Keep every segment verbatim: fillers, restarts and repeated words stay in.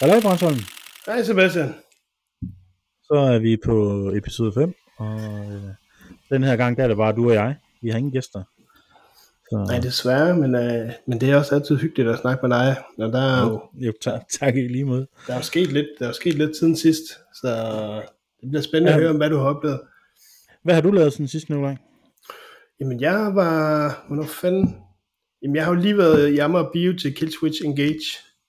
Hallo Brønsholm. Hej Sebastian. Så er vi på episode fem, og øh, den her gang der er det bare du og jeg. Vi har ingen gæster. Så... Nej, desværre, men, øh, men det er også altid hyggeligt at snakke med dig. Og der er jo, jo, jo tak, tak i lige måde. Der er jo sket lidt, der er sket lidt siden sidst, så det bliver spændende ja. at høre om, hvad du har oplevet. Hvad har du lavet siden sidst, Nikolaj? Jamen jeg var, hvornår fanden? Jamen jeg har jo lige været i Amager Bio til Killswitch Engage.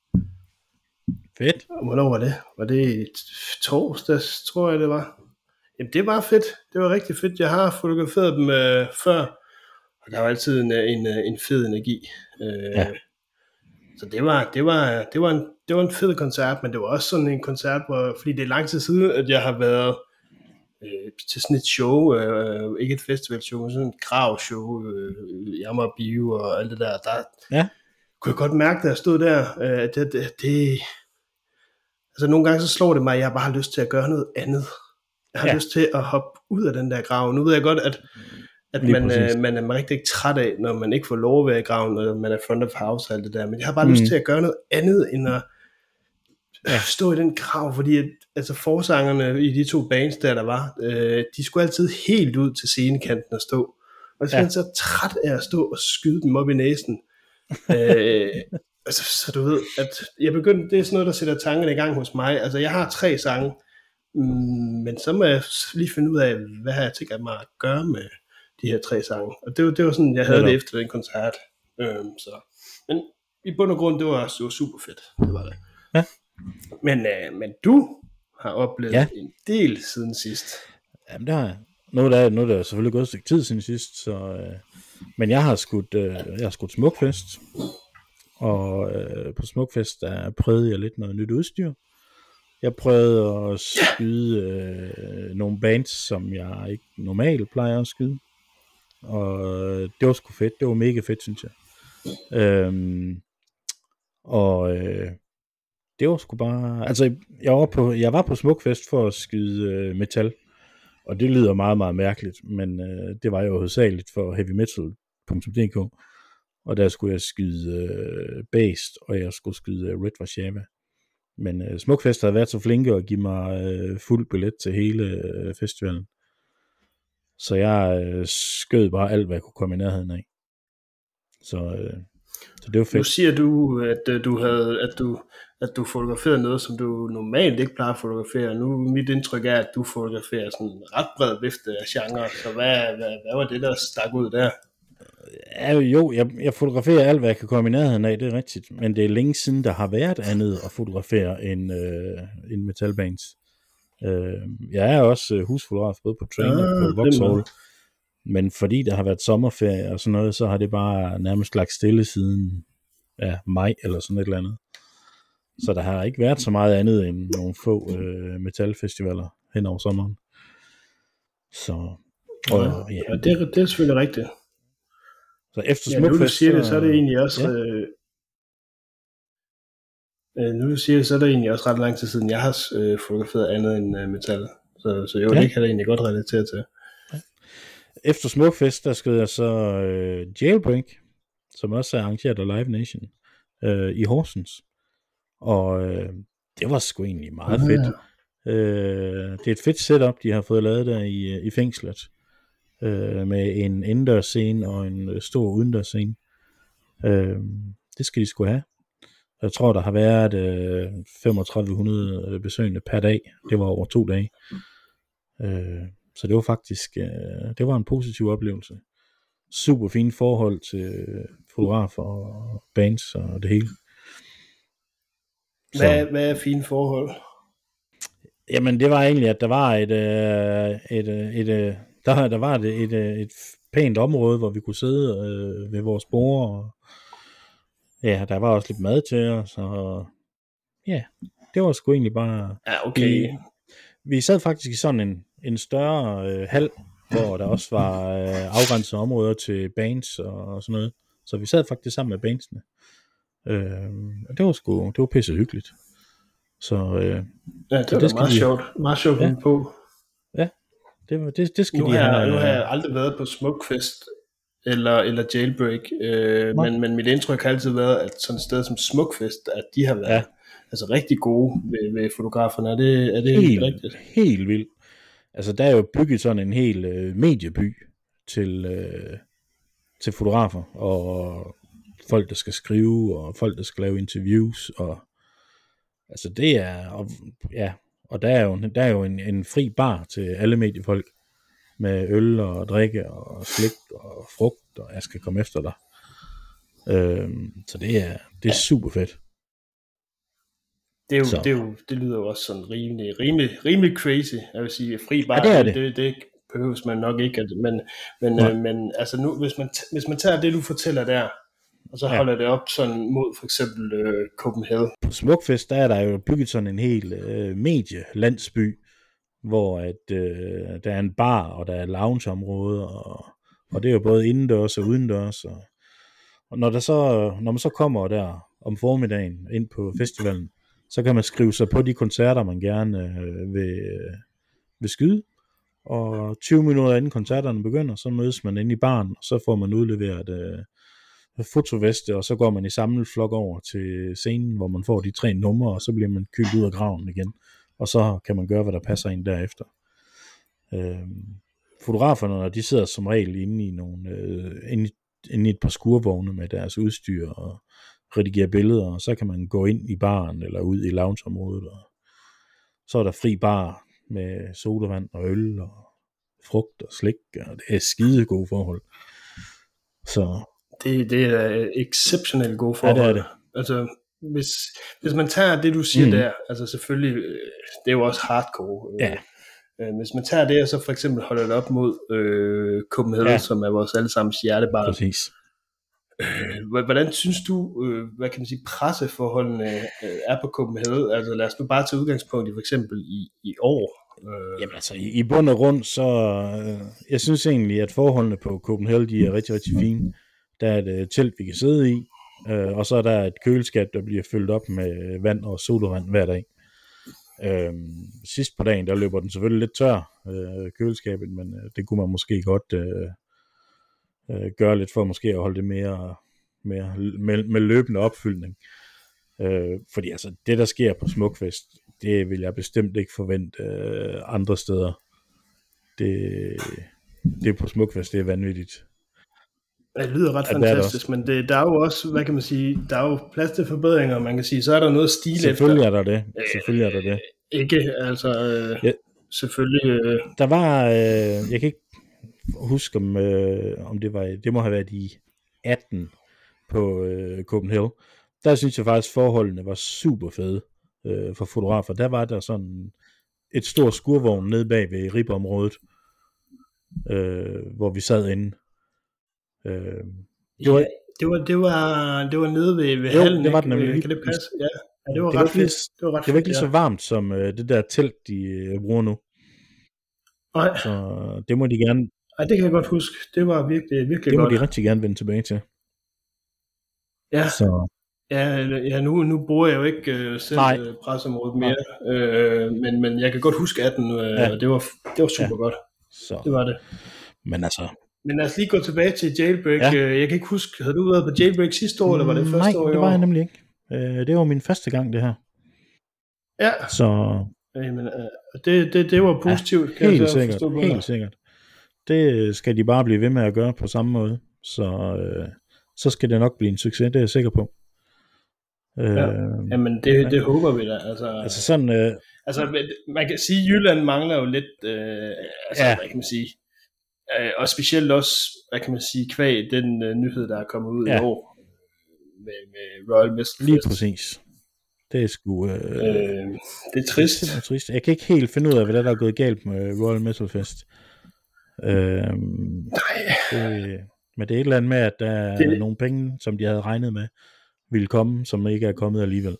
Fedt. Og hvornår var det? Var det torsdags, tror jeg det var. Jamen det var fedt, det var rigtig fedt. Jeg har fotograferet dem øh, før, og der var altid en, en, en fed energi. Øh, ja. Så det var, det, var, det, var en, det var en fed koncert, men det var også sådan en koncert, hvor, fordi det er lang tid siden, at jeg har været øh, til sådan et show, øh, ikke et festivalshow, men sådan et gravshow øh, i Amager Bio og alt det der. Der ja. kunne jeg godt mærke, da jeg stod der, øh, det, det, det, altså nogle gange så slår det mig, at jeg bare har lyst til at gøre noget andet. Jeg har ja. lyst til at hoppe ud af den der grav. Nu ved jeg godt, at at man, øh, man er rigtig træt af, når man ikke får lov at være i graven, og man er front of house og alt det der. Men jeg har bare mm. lyst til at gøre noget andet, end at ja. stå i den grav, fordi at, altså forsangerne i de to bands der, der var, øh, de skulle altid helt ud til scenekanten at stå. Og jeg er ja. så træt af at stå og skyde dem op i næsen. øh, altså, så du ved, at jeg begyndte, det er sådan noget, der sætter tankerne i gang hos mig. Altså, jeg har tre sange, men så må jeg lige finde ud af, hvad har jeg tænkt mig at gøre med de her tre sange. Og det var, det var sådan, jeg havde ja, det efter den koncert. Øhm, så. Men i bund og grund, det var, det var super fedt. Det var det. Ja. Men, øh, men du har oplevet ja. en del siden sidst. Jamen det har jeg. Nu er der, nu er der selvfølgelig gået et stykke tid siden sidst, så, øh, men jeg har skudt, øh, jeg har skudt Smukfest, og øh, på Smukfest der prøvede jeg lidt noget nyt udstyr. Jeg prøvede at skyde øh, nogle bands, som jeg ikke normalt plejer at skyde. Og det var sgu fedt. Det var mega fedt, synes jeg. Øhm, og øh, det var sgu bare... Altså, jeg var på, jeg var på Smukfest for at skyde øh, metal. Og det lyder meget, meget mærkeligt. Men øh, det var jo hovedsageligt for heavy metal punktum d k. Og der skulle jeg skyde øh, Based, og jeg skulle skyde øh, Red Warszawa. Men øh, Smukfest havde været så flinke at give mig øh, fuld billet til hele øh, festivalen. Så jeg øh, skød bare alt, hvad jeg kunne komme i nærheden af. Så, øh, så det var fedt. Nu siger du, at øh, du havde, at du, at du fotograferede noget, som du normalt ikke plejer at fotografere. Nu mit indtryk er, at du fotograferer sådan en ret bred vifte af genre. Så hvad, hvad, hvad var det, der stak ud der? Ja, jo, jeg, jeg fotograferer alt, hvad jeg kan komme i nærheden af, det er rigtigt. Men det er længe siden, der har været andet at fotografere end, øh, end metalbands. Øh, jeg er også øh, husfotograf, både på Trainer og på Vauxhall. Men fordi der har været sommerferie og sådan noget, så har det bare nærmest lagt stille siden ja, maj eller sådan et eller andet. Så der har ikke været så meget andet end nogle få øh, metalfestivaler hen over sommeren. Så, og, ja, ja det, det er selvfølgelig rigtigt. Så efter ja, Smukfest, nu du siger det, så er det egentlig også... Ja. Øh, nu du siger det, så er det egentlig også ret lang tid siden, jeg har øh, fotograferet andet end øh, metal. Så, så jo, ja. det kan jeg egentlig godt relatere til. Ja. Efter Smukfest, der skød jeg så øh, Jailbreak, som også er arrangeret af Live Nation, øh, i Horsens. Og øh, det var sgu egentlig meget ja, fedt. Ja. Øh, det er et fedt setup, de har fået lavet der i, i fængslet. Øh, med en indendørs scene og en stor udendørs scene. Øh, det skal de sgu have. Jeg tror, der har været øh, femogtredive hundrede besøgende per dag. Det var over to dage. Øh, så det var faktisk øh, det var en positiv oplevelse. Super fine forhold til fotografer og bands og det hele. Hvad, hvad er fine forhold? Jamen det var egentlig, at der var et, øh, et, øh, et, et der, der var et, et, et pænt område, hvor vi kunne sidde øh, ved vores borde, og ja, der var også lidt mad til os, og ja, det var sgu egentlig bare... Ja, okay. Vi, vi sad faktisk i sådan en, en større øh, hal, hvor der også var øh, afgrænsede områder til bands og, og sådan noget. Så vi sad faktisk sammen med bandsene. Øh, og det var sgu, det var pisse hyggeligt. Så, øh, ja, det var det meget, de, sjovt. meget sjovt ja, på. Ja, det, var, det, det skal nu de have. have. Nu har jeg aldrig været på Smukfest eller, eller Jailbreak, øh, men, men mit indtryk har altid været, at sådan et sted som Smukfest, at de har været, ja. altså rigtig gode ved, ved fotograferne. Er det, er det helt, rigtigt? Helt vildt. Altså, der er jo bygget sådan en hel øh, medieby til, øh, til fotografer, og folk, der skal skrive, og folk, der skal lave interviews, og altså det er, og, ja, og der er jo, der er jo en, en fri bar til alle mediefolk, med øl og drikke og slik og frugt, og jeg skal komme efter dig. Øhm, så det er, det er super fedt. Det, er jo, det, er jo, det lyder jo også sådan rimelig, rimelig, rimelig crazy, jeg vil sige, fri bar, ja, det, er det. Det, det behøves man nok ikke, men, men, øh, men altså nu, hvis man, hvis man tager det, du fortæller der, og så holder ja. det op sådan mod for eksempel øh, Copenhagen. På Smukfest, der er der jo bygget sådan en hel øh, medielandsby, hvor at, øh, der er en bar, og der er loungeområder, og, og det er jo både indendørs og udendørs, og, og når, der så, når man så kommer der om formiddagen ind på festivalen, så kan man skrive sig på de koncerter, man gerne øh, vil, øh, vil skyde, og tyve minutter inden koncerterne begynder, så mødes man inde i baren, og så får man udleveret øh, fotoveste, og så går man i samlet flok over til scenen, hvor man får de tre numre, og så bliver man kylet ud af graven igen, og så kan man gøre, hvad der passer ind derefter. Øh, fotograferne, de sidder som regel inde i, nogle, øh, inde, inde i et par skurvogne med deres udstyr, og redigerer billeder, og så kan man gå ind i baren, eller ud i loungeområdet, og så er der fri bar, med sodavand og øl og frugt og slik, og det er skide gode forhold. Så det, det er exceptionelt gode forhold. Ja, det er det. Altså hvis, hvis man tager det du siger mm. der, altså selvfølgelig det er jo også hardcore. Ja. Øh, hvis man tager det og så for eksempel holder det op mod øh, Copenhagen, ja. som er vores allesammens hjertebarn. Præcis. Øh, hvordan synes du, øh, hvad kan man sige, presseforholdene øh, er på Copenhagen? Altså lad os nu bare tage udgangspunkt i for eksempel i, i år. Øh. Jamen altså, i, i bund og grund, så øh, jeg synes egentlig, at forholdene på Copenhagen, de er rigtig, rigtig fine. Der er et telt, vi kan sidde i, øh, og så er der et køleskab, der bliver fyldt op med vand og sodavand hver dag. Øh, sidst på dagen, der løber den selvfølgelig lidt tør, øh, køleskabet, men øh, det kunne man måske godt øh, øh, gøre lidt for måske at holde det mere, mere med, med løbende opfyldning. Øh, fordi altså, det der sker på Smukfest, det vil jeg bestemt ikke forvente øh, andre steder. Det, det på Smukfest, det er vanvittigt. Det lyder ret ja, fantastisk, det men det, der er jo også, hvad kan man sige, der er jo plads til forbedringer, man kan sige, så er der noget stil efter. Selvfølgelig er der det, selvfølgelig er der det. Øh, ikke, altså, øh, ja. selvfølgelig. Øh... Der var, øh, jeg kan ikke huske, om, øh, om det var, det må have været i atten på øh, Copenhagen. Der synes jeg faktisk, forholdene var super fede øh, for fotografer. Der var der sådan et stort skurvogn nede bag ved ribområdet, øh, hvor vi sad inde. Øh, det, var, ja, det, var, det, var, det var nede ved, ved jo, hallen, det var det nemlig. Kan det passe? Ja, ja det var det ret var fedt. Det var, ret det var ikke fedt, lige ja. så varmt som øh, det der telt, de øh, bruger nu. Nej. Så det må de gerne... Ej, det kan jeg godt huske. Det var virkelig, virkelig det godt. Det må de rigtig gerne vende tilbage til. Ja. Så... Ja, ja nu, nu bruger jeg jo ikke øh, selv øh, presseområdet mere, øh, men, men jeg kan godt huske atten, øh, ja. og det var, det var super ja. godt. Så. Det var det. Men altså... Men lad os lige gå tilbage til Jailbreak. Ja. Jeg kan ikke huske, havde du været på Jailbreak sidste år, eller var det første Nej, år i år? Nej, det var jeg nemlig ikke. Det var min første gang, det her. Ja. Så... Jamen, det, det, det var positivt. Ja, helt sikkert, helt sikkert. Det skal de bare blive ved med at gøre på samme måde. Så, øh, så skal det nok blive en succes, det er jeg sikker på. Ja. Øh, Jamen det, ja. det håber vi da. Altså, altså sådan... Øh, altså man kan sige, at Jylland mangler jo lidt, øh, altså ja. hvad kan man sige, øh, og specielt også, hvad kan man sige, kvæg den øh, nyhed, der er kommet ud ja. i år med, med Royal Metal Fest. Lige præcis. Det er sgu... Øh, øh, det er trist. Det er trist. Jeg kan ikke helt finde ud af, hvad der er gået galt med Royal Metal Fest. Øh, Nej. Det, men det er et eller andet med, at der er det... nogle penge, som de havde regnet med, ville komme, som ikke er kommet alligevel.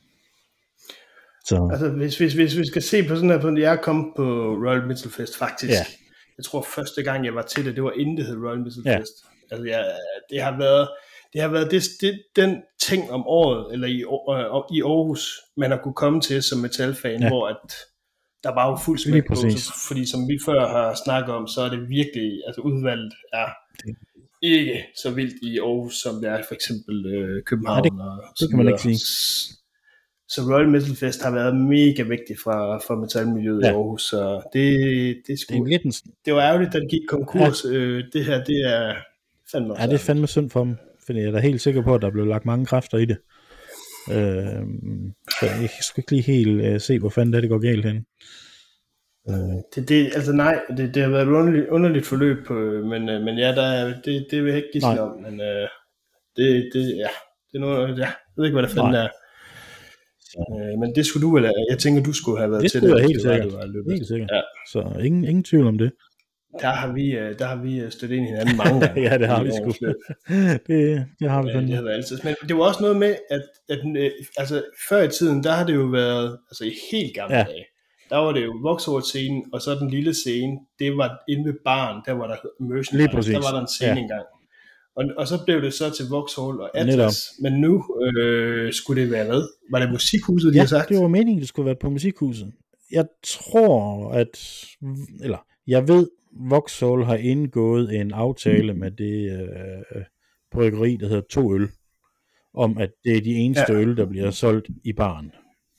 Så. Altså, hvis, hvis, hvis vi skal se på sådan her, jeg er kommet på Royal Metal Fest faktisk. Ja. Jeg tror første gang, jeg var til det, det var inden det hed Royal Metal ja. Fest. Altså, jeg, det har været, det har været det, det, den ting om året, eller i, øh, i Aarhus, man har kunne komme til som metalfan, ja. hvor at der var jo fuld smæk på, fordi som vi før har snakket om, så er det virkelig, altså udvalget er ikke så vildt i Aarhus, som det er for eksempel øh, København. Ja, det, og det kan man ikke sige. så Royal Metal Fest har været mega vigtig fra, for metalmiljøet ja. i Aarhus, så det, det, sgu, det, er lidt en... det var ærgerligt, at det gik konkurs. Ja. Øh, det her, det er fandme Ja, det er fandme synd for dem, fordi jeg er da helt sikker på, at der blev lagt mange kræfter i det. Øh, så jeg skal ikke lige helt uh, se, hvor fanden det, det går galt hen. Øh. Det, det, altså nej, det, det har været et underligt, underligt forløb, på, men, men ja, der er, det, det vil jeg ikke gisne om, men uh, det, det, ja, det er noget, ja, jeg ved ikke, hvad der fanden er. Øh, men det skulle du vel, jeg tænker, du skulle have været det til det. Det helt sikkert, var helt sikkert. Ja. Så ingen, ingen tvivl om det. Der har vi, der har vi stødt ind i hinanden mange gange. Ja, det har vi sgu. det, det har vi ja, det har været altid. Men det var også noget med, at, at altså, før i tiden, der har det jo været, altså i helt gamle ja. dage, der var det jo Vauxhall-scenen, og så den lille scene, det var inde ved baren, der var der merchandise, der var der en scene ja. engang. Og, og så blev det så til Vauxhall og Atlas, Netop. men nu øh, skulle det være hvad? Var det Musikhuset, de ja, har sagt? Ja, det var meningen, det skulle være på Musikhuset. Jeg tror, at, eller jeg ved, Vauxhall har indgået en aftale med det øh, bryggeri, der hedder To Øl, om at det er de eneste ja. øl, der bliver solgt i baren.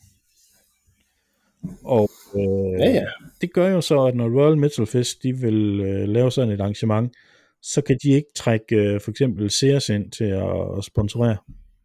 Og øh, ja, ja. det gør jo så, at når Royal Metal Fest, de vil øh, lave sådan et arrangement, så kan de ikke trække øh, for eksempel Sears ind til at, at sponsorere.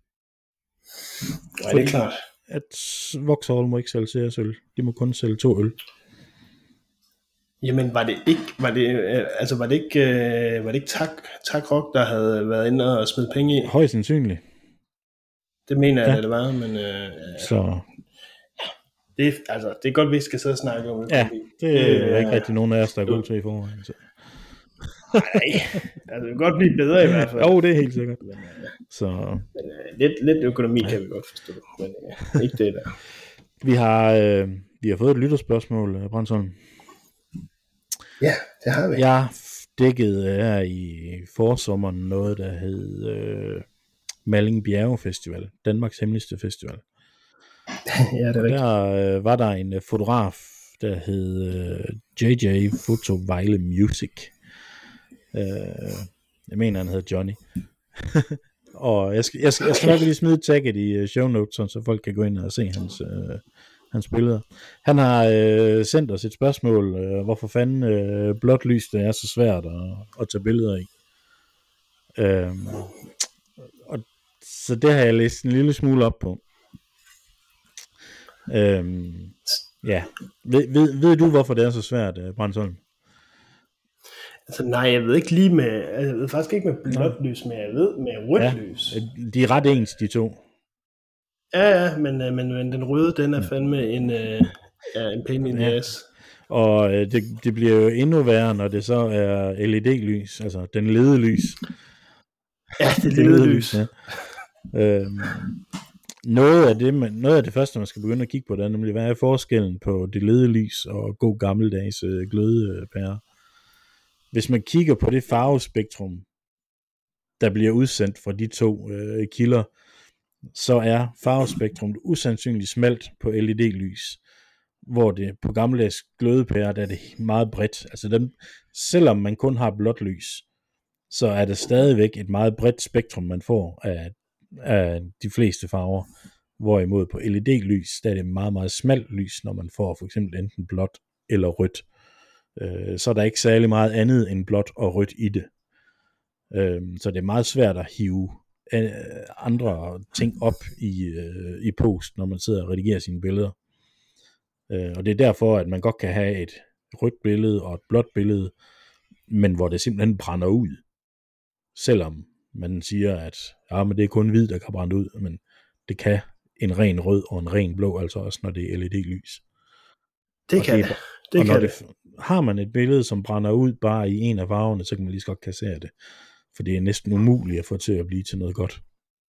Nej, det er klart. At Vauxhall må ikke sælge Sears øl. De må kun sælge To Øl. Jamen var det ikke, var det, altså var det ikke, øh, var det ikke Tak, Tak Rock, der havde været inde og smidt penge i? Højst sandsynligt. Det mener jeg, ja. at det var, men øh, så det, altså, det er godt, vi skal sidde og snakke om. Ja, det er øh, ikke rigtig nogen af os, der er gode til i forvejen. Så. Nej, altså det kan godt blive bedre i hvert fald. Jo, det er helt sikkert. Men, øh, så. Men, øh, lidt, lidt økonomi kan vi godt forstå, men øh, ikke det der. Vi har, øh, vi har fået et lytterspørgsmål, Brønsholm. Ja, det har vi. Jeg dækkede her i forsommeren noget, der hed øh, Malling Bjerge Festival, Danmarks hemmeligste festival. Ja, det er rigtigt. Der øh, var der en fotograf, der hed øh, J J Photo Vejle Music. Øh, jeg mener, han hed Johnny. Og jeg skal, jeg skal, jeg skal nok lige smide tagget i show notes, så folk kan gå ind og se hans, øh, hans billeder. Han har øh, sendt os et spørgsmål, øh, hvorfor fanden øh, blåt lys det er så svært at, at tage billeder i. Øh, og, så det har jeg læst en lille smule op på. Øh, ja. Ved, ved, ved du, hvorfor det er så svært, Brønsholm? Altså nej, jeg ved ikke lige med, jeg ved faktisk ikke med blåt lys, men jeg ved med rødt ja, lys. De er ret ens, de to. Ja, ja, men, men, men den røde, den er fandme en, ja, en pain in the ass. Og øh, det, det bliver jo endnu værre, når det så er L E D-lys, altså den lede lys. Ja, det lede lys. Ja. øhm, noget, af det, man, noget af det første, man skal begynde at kigge på, det er nemlig, hvad er forskellen på det lede lys og god gammeldags øh, glødepærer. Hvis man kigger på det farvespektrum, der bliver udsendt fra de to øh, kilder, så er farvespektrummet usandsynligt smalt på L E D-lys, hvor det på gammeldags glødepærer, der er det meget bredt. Altså dem, selvom man kun har blåt lys, så er det stadigvæk et meget bredt spektrum, man får af, af de fleste farver. Hvorimod på L E D-lys, der er det meget, meget smalt lys, når man får for eksempel enten blåt eller rødt. Øh, så er der ikke særlig meget andet end blåt og rødt i det. Øh, så det er meget svært at hive andre ting op i, øh, i post, når man sidder og redigerer sine billeder. Øh, og det er derfor, at man godt kan have et rødt billede og et blåt billede, men hvor det simpelthen brænder ud. Selvom man siger, at ja, men det er kun hvid, der kan brænde ud, men det kan en ren rød og en ren blå, altså også når det er L E D-lys. Det kan det. Det kan det. Har man et billede, som brænder ud bare i en af farverne, så kan man lige så godt kassere det. For det er næsten umuligt at få til at blive til noget godt.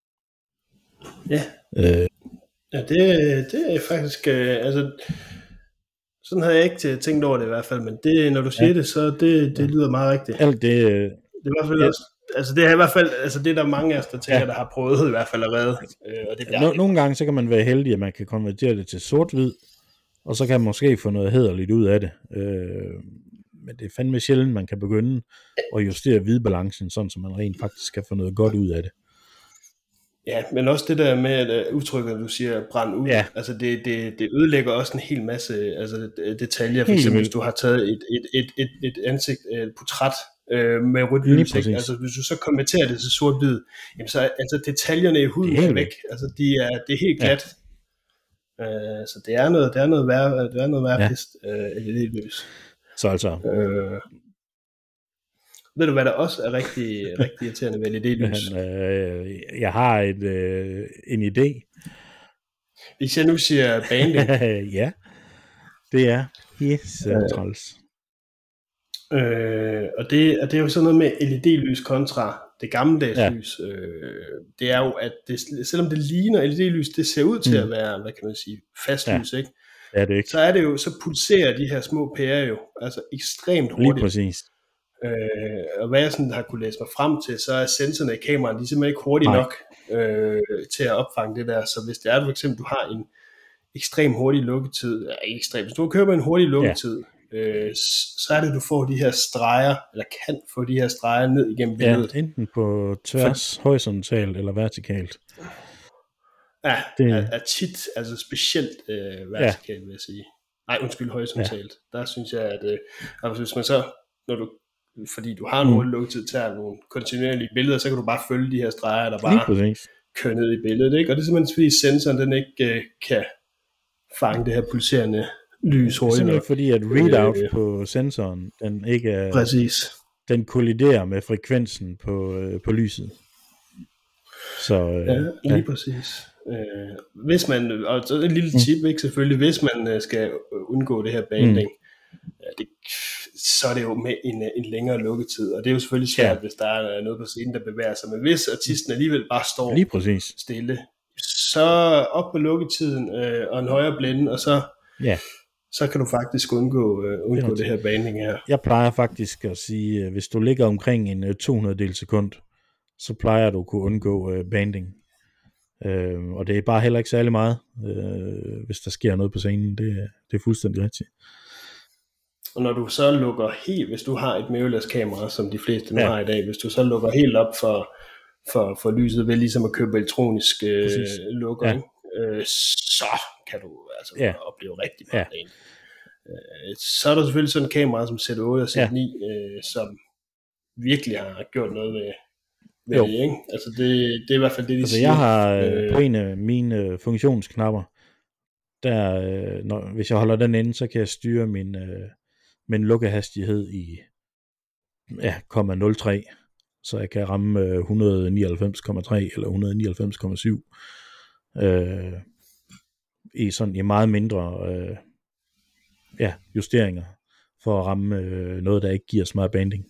Ja. Øh. Ja, det, det er faktisk, øh, altså, sådan havde jeg ikke tænkt over det i hvert fald, men det, når du siger ja. det, så det, det lyder meget rigtigt. Alt det, øh, det er i hvert fald ja. også, altså det er i hvert fald, altså det er der mange af os, der tænker, ja. der har prøvet i hvert fald at redde. Øh, og det Nå, nogle gange så kan man være heldig, at man kan konvertere det til sort-hvid, og så kan man måske få noget hæderligt ud af det. Øh, men det er fandme sjældent, man kan begynde at justere hvidbalancen, sådan så man rent faktisk kan få noget godt ud af det. Ja, men også det der med, at uh, udtrykket, du siger, brænde ud, Ja, altså det, det, det ødelægger også en hel masse altså, detaljer. For helt eksempel, hvis vildt. du har taget et, et, et, et, et ansigt, et portræt øh, med rødt Lige lys, ikke? Altså præcis. hvis du så konverterer det til sort-hvid, jamen så er altså, detaljerne i Det huden er er helt væk. væk. Altså de er, det er helt Ja, glat. Uh, så det er noget, det er noget værre, det er noget værre ja. pist, uh, L E D-lys. Så altså, Uh, ved du, hvad der også er rigtig, rigtig irriterende ved L E D-lys? men, øh, jeg har et, øh, en idé. Hvis jeg nu siger banding, Ja, det er pisse uh, træls. Øh, og det, og det er jo sådan noget med L E D-lys kontra det gammeldags Ja. lys. Øh, det er jo, at det, selvom det ligner L E D-lys, det ser ud til Mm. at være, hvad kan man sige, fast Ja. lys, ikke? Det er det ikke. Så er det jo, så pulserer de her små pærer jo, altså ekstremt Lige hurtigt. præcis. Øh, og hvad jeg sådan har kunne læse mig frem til, så er sensorerne i kameraet, de er simpelthen ikke hurtige Nej. nok øh, til at opfange det der. Så hvis det er, for eksempel, du har en ekstrem hurtig lukketid, ja, ikke ekstrem, hvis du kører med en hurtig lukketid, ja. øh, så er det, du får de her streger, eller kan få de her streger ned igennem billedet. Ja, enten på tværs, For... horisontalt eller vertikalt. Ja, det... er, er tit, altså specielt øh, vertikalt, ja. vil jeg sige. Nej, undskyld, horisontalt. Ja. Der synes jeg, at øh, altså, hvis man så, når du, fordi du har en hurtig lukketid, tager nogle kontinuerlige billeder, så kan du bare følge de her streger, der bare kører ned i billedet, ikke? Og det er simpelthen fordi sensoren, den ikke øh, kan fange det her pulserende lys hurtigt. Det er simpelthen fordi, at readout øh, på sensoren, den ikke er, præcis. Den kolliderer med frekvensen på, øh, på lyset. Så, øh, ja, lige ja. præcis. Øh, hvis man, og så et lille tip, ikke, selvfølgelig, hvis man skal undgå det her banding, mm. det, så er det jo med en, en længere lukketid, og det er jo selvfølgelig svært, ja. hvis der er noget på scenen, der bevæger sig, men hvis artisten alligevel bare står lige præcis. stille, så op på lukketiden øh, og en højere blænde, og så, ja. så kan du faktisk undgå, øh, undgå det, det her banding her. Jeg plejer faktisk at sige, at hvis du ligger omkring en to hundrede del sekund, så plejer du at kunne undgå øh, banding. Øh, og det er bare heller ikke særlig meget, øh, hvis der sker noget på scenen. Det, det er fuldstændig rigtigt. Og når du så lukker helt, hvis du har et mirrorless kamera, som de fleste nu ja. har i dag, hvis du så lukker helt op for, for, for lyset, ved ligesom at købe elektronisk øh, lukker, ja. øh, så kan du altså ja. opleve rigtig meget ja. øh, Så er der selvfølgelig sådan en kamera som Z otte og Z ni, ja. øh, som virkelig har gjort noget ved med det, ikke? Altså det, det er i hvert fald det, de altså siger. Jeg har øh, på en af mine funktionsknapper, der, øh, når, hvis jeg holder den inde, så kan jeg styre min, øh, min lukkehastighed i ja, nul komma tre, så jeg kan ramme øh, et hundrede og nioghalvfems komma tre eller et hundrede og nioghalvfems komma syv øh, i sådan i meget mindre øh, ja, justeringer for at ramme øh, noget, der ikke giver så meget banding.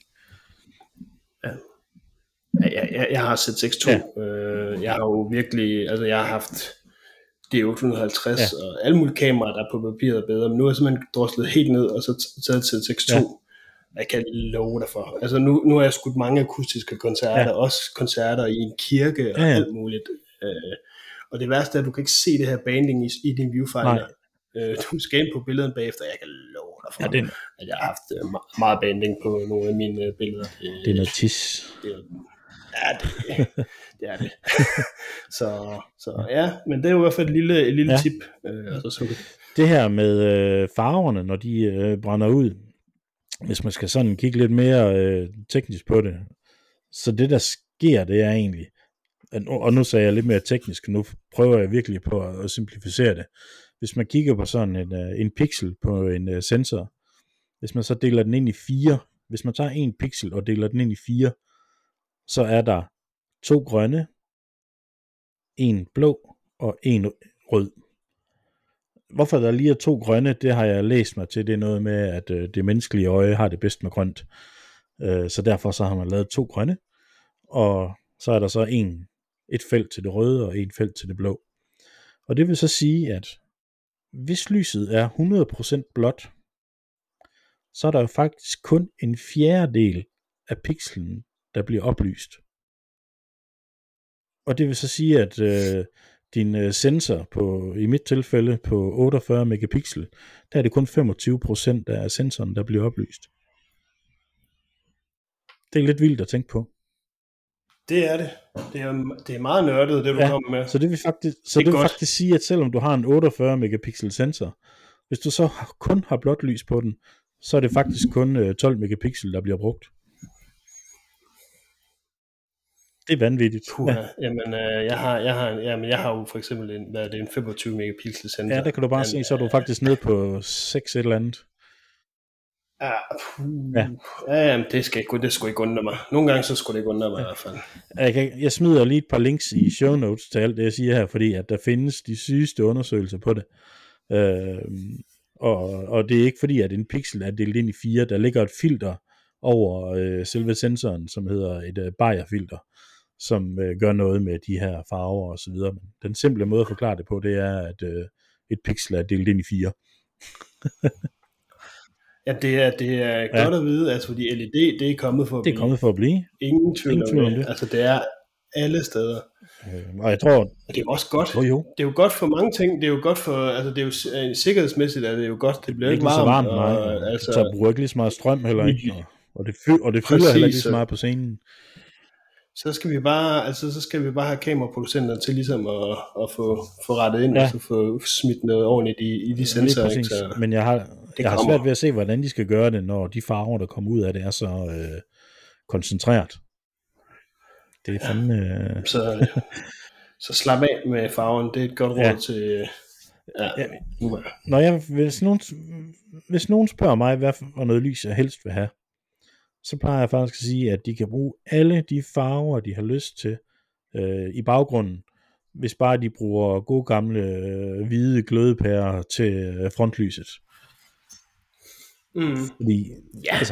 Ja. Jeg, jeg, jeg har Z seks to. Ja. Øh, jeg har jo virkelig, altså jeg har haft D otte hundrede og halvtreds ja. og alle mulige kameraer, der på papiret er bedre, men nu er jeg simpelthen droslet helt ned og så taget Z seks to. Ja. Jeg kan love dig for. Altså nu, nu har jeg skudt mange akustiske koncerter, ja. også koncerter i en kirke og ja, ja. alt muligt. Øh, og det værste er, at du kan ikke se det her banding i, i din viewfinder. Øh, du skal ind på billederne bagefter, jeg kan love dig for, ja, det... at jeg har haft øh, meget banding på nogle af mine øh, billeder. Det, det er noget tis. Det, ja, det, det er det. så, så ja, men det er jo i hvert fald et lille, et lille ja. tip. Øh, altså, så det. det her med øh, farverne, når de øh, brænder ud, hvis man skal sådan kigge lidt mere øh, teknisk på det, så det der sker, det er egentlig, og nu sagde jeg lidt mere teknisk, nu prøver jeg virkelig på at simplificere det. Hvis man kigger på sådan en, en pixel på en sensor, hvis man så deler den ind i fire, hvis man tager en pixel og deler den ind i fire, så er der to grønne, en blå og en rød. Hvorfor der lige er to grønne, det har jeg læst mig til. Det er noget med, at det menneskelige øje har det bedst med grønt. Så derfor så har man lavet to grønne, og så er der så en, et felt til det røde og et felt til det blå. Og det vil så sige, at hvis lyset er hundrede procent blåt, så er der jo faktisk kun en fjerdedel af pixelen, der bliver oplyst. Og det vil så sige, at øh, din øh, sensor, på, i mit tilfælde på otteogfyrre megapixel, der er det kun femogtyve procent af sensoren, der bliver oplyst. Det er lidt vildt at tænke på. Det er det. Det er, det er meget nørdet, det du Ja, kommer med. så det vil faktisk, så Det det er vil godt. faktisk sige, at selvom du har en otteogfyrre megapixel sensor, hvis du så har- kun har blåt lys på den, så er det faktisk kun øh, tolv megapixel, der bliver brugt. Det er vanvittigt. Puh, Ja. jamen, øh, jeg, har, jeg, har, jamen, jeg har jo for eksempel en, hvad er det, en femogtyve megapixel sensor. Ja, der kan du bare den, se, så er du faktisk nede på seks et eller andet. Ja, puh, Ja. ja jamen, det skal ikke, det skulle ikke undre mig. Nogle gange så skulle det ikke undre mig ja. i hvert fald. Jeg, kan, jeg smider lige et par links i show notes til alt det, jeg siger her, fordi at der findes de sygeste undersøgelser på det. Øh, og, og det er ikke fordi, at en pixel er delt ind i fire. Der ligger et filter over øh, selve sensoren, som hedder et øh, Bayer-filter, som øh, gør noget med de her farver og så videre. Men den simple måde at forklare det på, det er, at øh, et pixel er delt ind i fire. Ja, det er, det er ja. godt at vide, altså fordi L E D, det er kommet for at Det er blive. kommet for at blive. Ingen tvivl, Ingen tvivl om det. det. Altså det er alle steder. Øh, og jeg tror... Og det er jo også godt. Jo, jo. Det er jo godt for mange ting. Det er jo godt for, altså det er jo sikkerhedsmæssigt, at det er jo godt. Det bliver ikke ikke så varmt. varmt, nej. Og, altså, så bruger ikke lige så meget strøm heller ikke. Og, og det, fy, og det fylder Præcis, heller ikke lige så meget på scenen. Så skal vi bare, altså så skal vi bare have kameraproducenter til ligesom at, at få, få rettet ind, ja. og så få smidt noget ordentligt i, i de sensorer. Ikke? Så men jeg har, jeg har svært ved at se, hvordan de skal gøre det, når de farver, der kommer ud af det, er så øh, koncentreret. Det er fandme... Øh... så, så slap af med farven, det er et godt råd ja. til... Ja, ja. Når jeg, hvis, nogen, hvis nogen spørger mig, hvad for noget lys jeg helst vil have, så plejer jeg faktisk at sige, at de kan bruge alle de farver, de har lyst til øh, i baggrunden, hvis bare de bruger gode gamle øh, hvide glødepærer til øh, frontlyset. Mm. Fordi, ja. altså,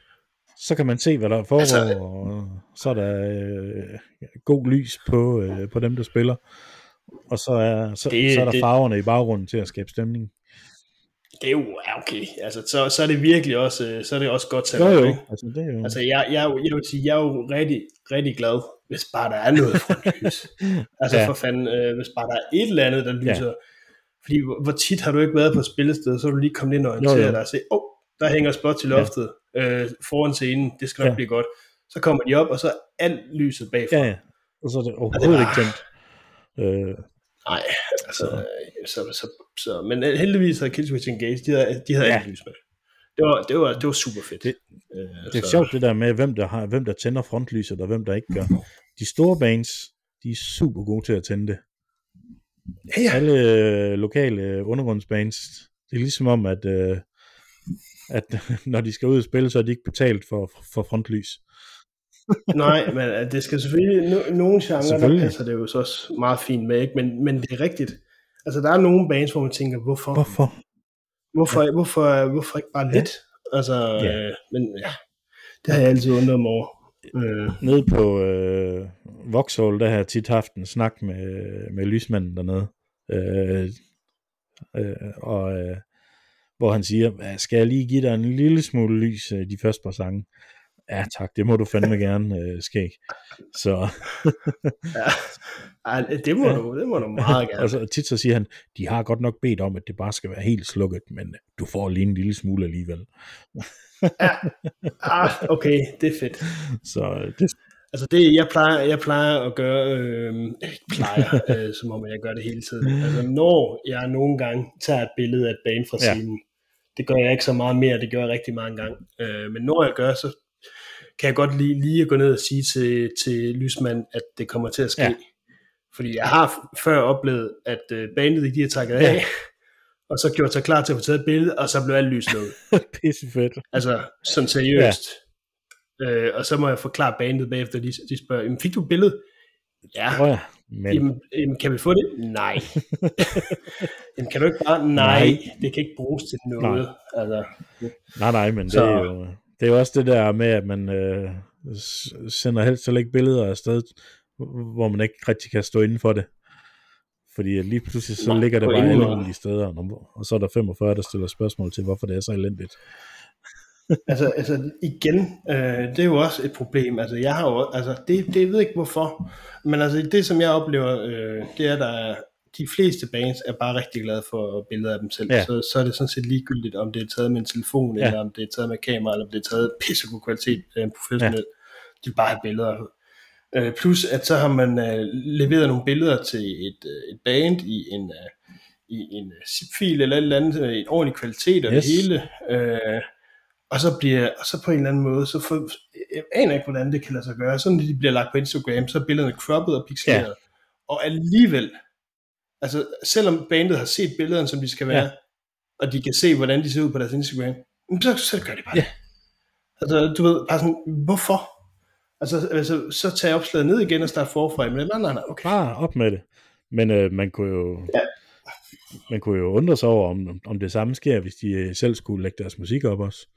så kan man se, hvad der foregår, altså, og så er der øh, god lys på, øh, på dem, der spiller, og så er, så, det, så er der det, farverne i baggrunden til at skabe stemning. Det er jo okay, altså så, så er det virkelig også, så er det også godt sat. Jo, jo. Ikke? Altså, det er jo... altså jeg, jeg, jeg vil sige, jeg er jo rigtig, rigtig glad, hvis bare der er noget frontlys. altså ja. for fanden, øh, hvis bare der er et eller andet, der lyser. Ja. Fordi hvor tit har du ikke været på et spillested, så er du lige kommet ind og orienteret dig og se, åh, oh, der hænger spot til loftet ja. øh, foran scenen, det skal nok ja. blive godt. Så kommer de op, og så er alt lyset bagfra. Ja, ja. Og så er det overhovedet det var... ikke tændt. Øh... Nej, altså, så, så, så, så, men heldigvis havde Killswitch Engage, de havde, de havde ja. alt lys med. Det var, det var, det var super fedt. Det, øh, det er så. sjovt det der med, hvem der, har, hvem der tænder frontlyset, og hvem der ikke gør. De store bands, de er super gode til at tænde det. Ja, ja. Alle øh, lokale undergrundsbands, det er ligesom om, at, øh, at når de skal ud og spille, så er de ikke betalt for, for frontlys. Nej, men det skal selvfølgelig, no, nogle genrer, der passer det jo så også meget fint med, ikke? Men, men det er rigtigt. Altså, der er nogle bands, hvor man tænker, hvorfor? Hvorfor? Hvorfor, ja. hvorfor, hvorfor ikke bare lidt? Ja. Altså, ja. Øh, men ja, det har jeg altid undret mig over. Øh. Nede på øh, Vauxhall, der har jeg tit haft en snak med, med lysmanden dernede. Øh, øh, og øh, hvor han siger, skal jeg lige give dig en lille smule lys øh, de første par sange? Ja tak, det må du fandme gerne, øh, skæg. Så. ja. Ej, det må, ja. du, det må du meget gerne. Og så tit så siger han, de har godt nok bedt om, at det bare skal være helt slukket, men du får lige en lille smule alligevel. ja, ah, okay, det er fedt. Så det... Altså det, jeg plejer, jeg plejer at gøre, øh, ikke plejer, øh, som om jeg gør det hele tiden. Altså når jeg nogle gange tager et billede af et band fra scenen, ja. det gør jeg ikke så meget mere, det gør jeg rigtig mange gange. Øh, men når jeg gør, så kan jeg godt lige, lige at gå ned og sige til, til lysmanden, at det kommer til at ske. Ja. Fordi jeg har før oplevet, at øh, bandet de har takket af, ja. og så gjort sig klar til at få taget et billede, og så blev alt lys lukket. Pisse fedt. Altså sådan seriøst. Ja. Øh, og så må jeg forklare bandet bagefter, de, de spørger, jamen, fik du et billede? Ja. Oh ja men... jamen, jamen, kan vi få det? Nej. jamen, kan du ikke bare? Nej, nej, det kan ikke bruges til noget. Nej, altså, nej, nej, men så... det er jo... Det er jo også det der med, at man øh, sender helst så ikke billeder afsted, hvor man ikke rigtig kan stå inden for det. Fordi lige pludselig så Nej, ligger det bare alle mulige steder, og så er der femogfyrre, der stiller spørgsmål til, hvorfor det er så elendigt. altså, altså igen, øh, det er jo også et problem. Altså jeg har jo, altså det, det jeg ved ikke hvorfor, men altså det som jeg oplever, øh, det er der de fleste bands er bare rigtig glade for billeder af dem selv. Ja. Så, så er det sådan set ligegyldigt, om det er taget med en telefon, ja. eller om det er taget med kamera, eller om det er taget pissegod kvalitet af en professionel. Ja. De vil bare have billeder. Øh, plus at så har man øh, leveret nogle billeder til et, øh, et band i en, øh, i en zip-fil eller et eller andet, øh, en ordentlig kvalitet og Yes. det hele. Øh, og så bliver, og så på en eller anden måde, så får, jeg aner ikke, hvordan det kan lade sig gøre. Så når de bliver lagt på Instagram, så er billederne cropped og pixeleret. Ja. Og alligevel, altså selvom bandet har set billederne, som de skal være, Ja. og de kan se, hvordan de ser ud på deres Instagram, så, så gør de bare Ja. det. Altså, du ved, bare sådan, hvorfor? Altså, altså så tager jeg opslaget ned igen og starter forfra. Men nej, nej, nej, okay. Bare op med det. Men øh, man kunne jo Ja. man kunne jo undre sig over, om, om det samme sker, hvis de øh, selv skulle lægge deres musik op også.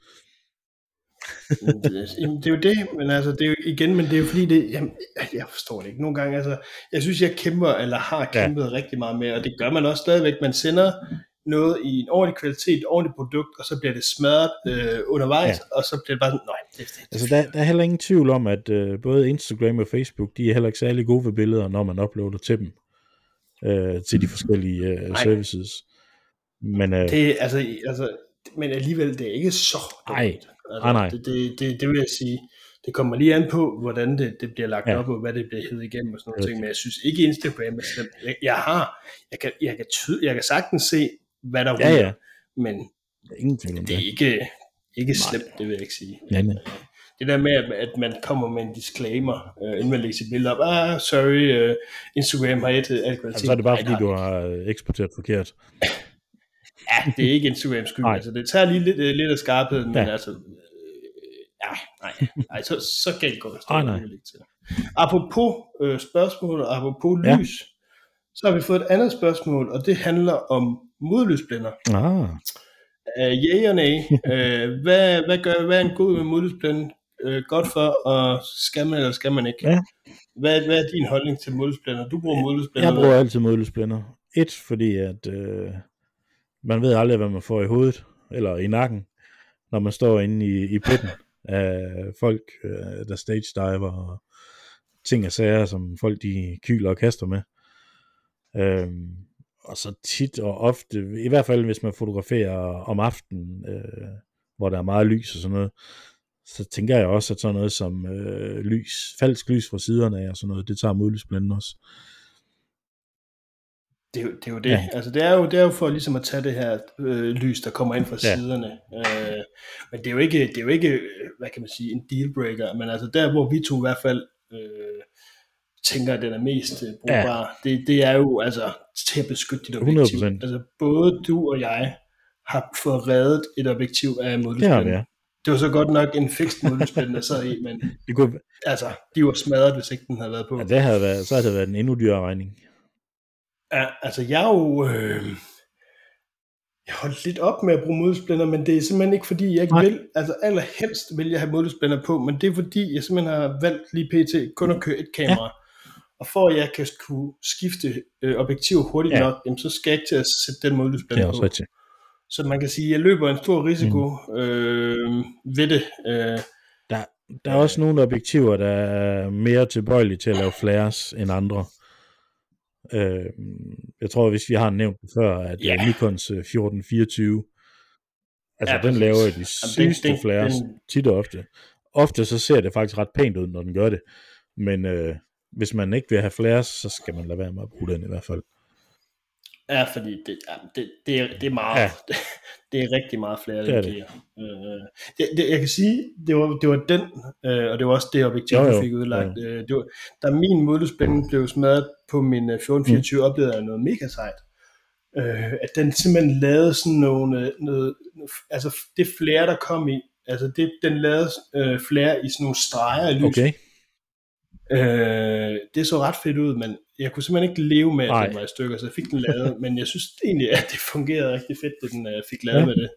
Jamen, det er jo det, men altså, det er jo igen, men det er jo fordi, det, jamen, jeg forstår det ikke. Nogle gange, altså, jeg synes, jeg kæmper, eller har kæmpet ja. rigtig meget med, og det gør man også stadigvæk. Man sender noget i en ordentlig kvalitet, et ordentligt produkt, og så bliver det smadret øh, undervejs, ja. Og så bliver det bare sådan, nej, det, det, det altså, der, der er heller ingen tvivl om, at øh, både Instagram og Facebook, de er heller ikke særlig gode ved billeder, når man uploader til dem, øh, til de forskellige øh, services. Men, øh, det, altså, altså, men alligevel, det er ikke så dårligt. Altså, ah, nej. Det, det, det, det vil jeg sige, det kommer lige an på, hvordan det, det bliver lagt ja. op, og hvad det bliver hævet igennem og sådan noget ting, men jeg synes ikke Instagram er slemt. Jeg, jeg har, jeg kan, jeg, kan tyde, jeg kan sagtens se, hvad der ja, ryger, ja. men Ingenting om det er det. ikke, ikke slemt, det vil jeg ikke sige. Ja, nej. Det der med, at, at man kommer med en disclaimer, øh, inden man lægger sit billede op, ah, sorry, uh, Instagram har et alt kvalitet. Altså, så er det bare, nej, fordi du har eksporteret forkert. Ja, det er ikke Instagram skyld, altså det tager lige lidt, lidt af skarpheden, men ja. altså, øh, ja, nej, nej, så, så galt går det. Ah, nej. Til. Apropos øh, spørgsmål, og apropos ja. lys, så har vi fået et andet spørgsmål, og det handler om modlysblænder. Ah. Uh, yeah og nej. uh, hvad, hvad, gør, hvad er en god modlysblænde uh, godt for, og skal man eller skal man ikke? Ja. Hvad, hvad er din holdning til modlysblænder? Du bruger modlysblænder. Jeg bruger altid modlysblænder. Et, fordi at øh, man ved aldrig, hvad man får i hovedet, eller i nakken, når man står inde i, i pitten af folk, øh, der stage diver, og ting og sager, som folk de kyler og kaster med. Øhm, og så tit og ofte, i hvert fald hvis man fotograferer om aftenen, øh, hvor der er meget lys og sådan noget, så tænker jeg også, at sådan noget som øh, lys, falsk lys fra siderne af og sådan noget, det tager modlysblænden også. Det er, jo, det er jo det. Ja. Altså, det er jo, det er jo for ligesom at tage det her øh, lys, der kommer ind fra ja. siderne. Øh, men det er, jo ikke, det er jo ikke, hvad kan man sige, en dealbreaker. Men altså der, hvor vi to i hvert fald øh, tænker, at den er mest øh, brugbar, ja. det, det er jo altså til at beskytte dit objektiv. hundrede procent. Altså både du og jeg har fået reddet et objektiv af modlysblænden. Ja, ja. Det var så godt nok en fixed modlysblænde, der sad i, men det kunne... altså, de var smadret, hvis ikke den havde været på. Ja, det havde været, så havde det været en endnu dyrere regning. Ja, altså jeg er jo, øh, jeg holdt lidt op med at bruge modlysblænder, men det er simpelthen ikke fordi, jeg ikke Nej. vil, altså allerhelst vil jeg have modlysblænder på, men det er fordi, jeg simpelthen har valgt lige pt. Kun at køre et kamera. Ja. Og for at jeg kan kunne skifte øh, objektiv hurtigt ja. nok, jamen, så skal jeg ikke til at sætte den modlysblænder på. Rigtigt. Så man kan sige, at jeg løber en stor risiko mm. øh, ved det. Øh, der, der er også nogle objektiver, der er mere tilbøjelige til at lave flares end andre. Øh, jeg tror, hvis vi har nævnt det før, at yeah. Nikons fjorten fireogtyve, altså ja, den laver de sygeste den, flares den... tit og ofte. Ofte så ser det faktisk ret pænt ud, når den gør det. Men øh, hvis man ikke vil have flares, så skal man lade være med at bruge den i hvert fald. Ja, fordi det, ja, det, det, er, det er meget, ja. det, det er rigtig meget flere, det, det. Øh, det, det jeg kan sige, det var, det var den, øh, og det var også det objektiv, jeg fik udlagt. Ja. Øh, det var, da min modlysblænding blev smadret på min fjorten fireogtyve, mm. oplevede jeg noget mega sejt. Øh, at den simpelthen lavede sådan nogle, noget, altså det flare, der kom i, altså det, den lavede øh, flare i sådan nogle streger af lys. Okay. Øh, det så ret fedt ud, men jeg kunne simpelthen ikke leve med, at Ej. den var i stykker, så jeg fik den lavet, men jeg synes egentlig, at det fungerede rigtig fedt, at den uh, fik lavet ja. med det.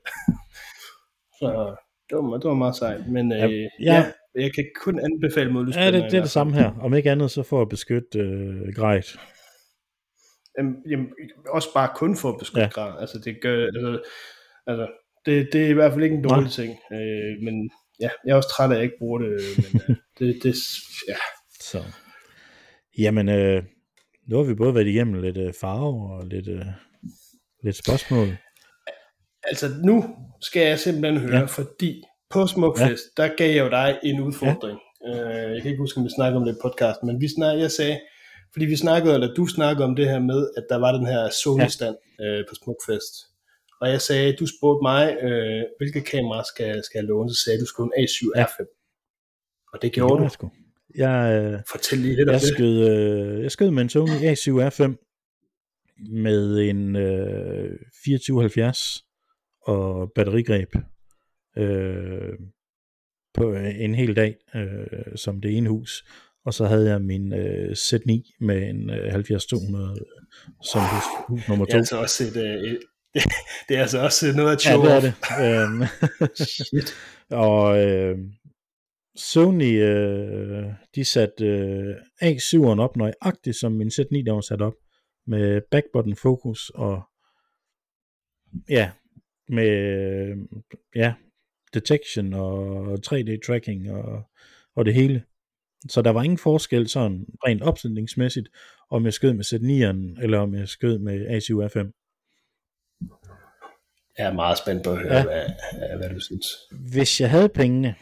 Så det var, det var meget sejt, men uh, ja, ja. ja, jeg kan kun anbefale modlysblænder. Ja, det, det er det samme her. Om ikke andet, så for at beskytte uh, grejet. Jamen, jamen, også bare kun for at beskytte ja. grej. Altså, det gør, altså, altså det, det er i hvert fald ikke en dårlig ting, uh, men ja, jeg er også træt af, at jeg ikke bruger det, men uh, det, det, ja. Så. Jamen, øh, nu har vi både været igennem lidt øh, farve og lidt, øh, lidt spørgsmål. Altså nu skal jeg simpelthen høre, ja. fordi på Smukfest, ja. der gav jeg jo dig en udfordring. øh, jeg kan ikke huske, om vi snakkede om det i podcasten, men vi snak, jeg sagde, fordi vi snakkede, eller du snakkede om det her med, at der var den her Sony-stand øh, på Smukfest. Og jeg sagde, du spurgte mig, øh, hvilke kameraer skal, skal jeg låne, så sagde du, skulle en A syv R fem. Og det gjorde det du. Jeg, øh, Fortæl lige lidt om jeg det. Skød, øh, jeg skød med en Sony A syv R fem med en øh, fireogtyve halvfjerds og batterigreb øh, på en hel dag øh, som det ene hus. Og så havde jeg min øh, Z ni med en øh, halvfjerds to hundrede som hus, hus nummer to. Det er altså også et, øh, et det er altså også noget at show. Ja, det er det. Shit. Og øh, Sony, øh, de satte øh, A syv'eren op nøjagtigt som min Z ni, der var sat op, med backbutton fokus og ja, med ja, detection og tre D tracking og, og det hele. Så der var ingen forskel sådan rent opsætningsmæssigt, om jeg skød med Z ni'eren, eller om jeg skød med A syv R fem. Jeg er meget spændt på at høre, ja. hvad, hvad du synes. Hvis jeg havde pengene,